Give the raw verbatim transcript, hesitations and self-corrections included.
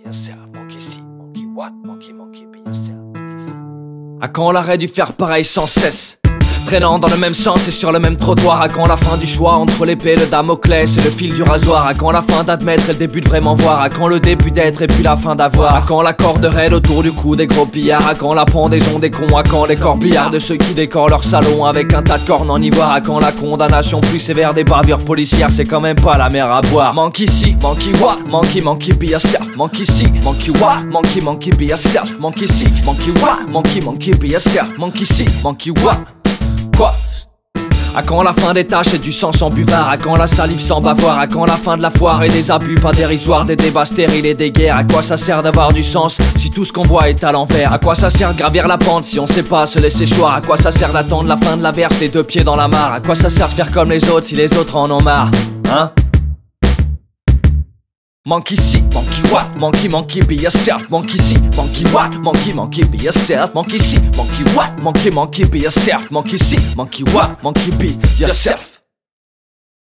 yourself. Monkey see, monkey what? Monkey, monkey, be yourself. Monkey see. À quand l'arrêt du faire pareil sans cesse? Traînant dans le même sens et sur le même trottoir. À quand la fin du choix entre l'épée, le Damoclès et le fil du rasoir? À quand la fin d'admettre et le début de vraiment voir? À quand le début d'être et puis la fin d'avoir? À quand la corde raide autour du cou des gros pillards? À quand la pendaison des cons? À quand les corbillards de ceux qui décorent leur salon avec un tas de cornes en ivoire? À quand la condamnation plus sévère des bavures policières? C'est quand même pas la mer à boire. Monkey see, monkey what? Monkey, monkey be yourself. Monkey see, monkey what? Monkey, monkey be yourself. Monkey see, monkey what? Monkey, monkey be yourself. Monkey see, monkey what? Quoi? À quand la fin des tâches et du sang sans buvard? À quand la salive sans bavoir? À quand la fin de la foire et des abus pas dérisoires, des débats stériles et des guerres? À quoi ça sert d'avoir du sens si tout ce qu'on voit est à l'envers? À quoi ça sert de gravir la pente si on sait pas se laisser choir? À quoi ça sert d'attendre la fin de la verse, les deux pieds dans la mare? À quoi ça sert de faire comme les autres si les autres en ont marre? Hein? Monkey see, monkey what? Monkey, monkey be yourself. Monkey see, monkey what? Monkey, monkey be yourself. Monkey see, monkey what? Monkey, monkey be yourself. Monkey see, monkey what? Monkey be yourself.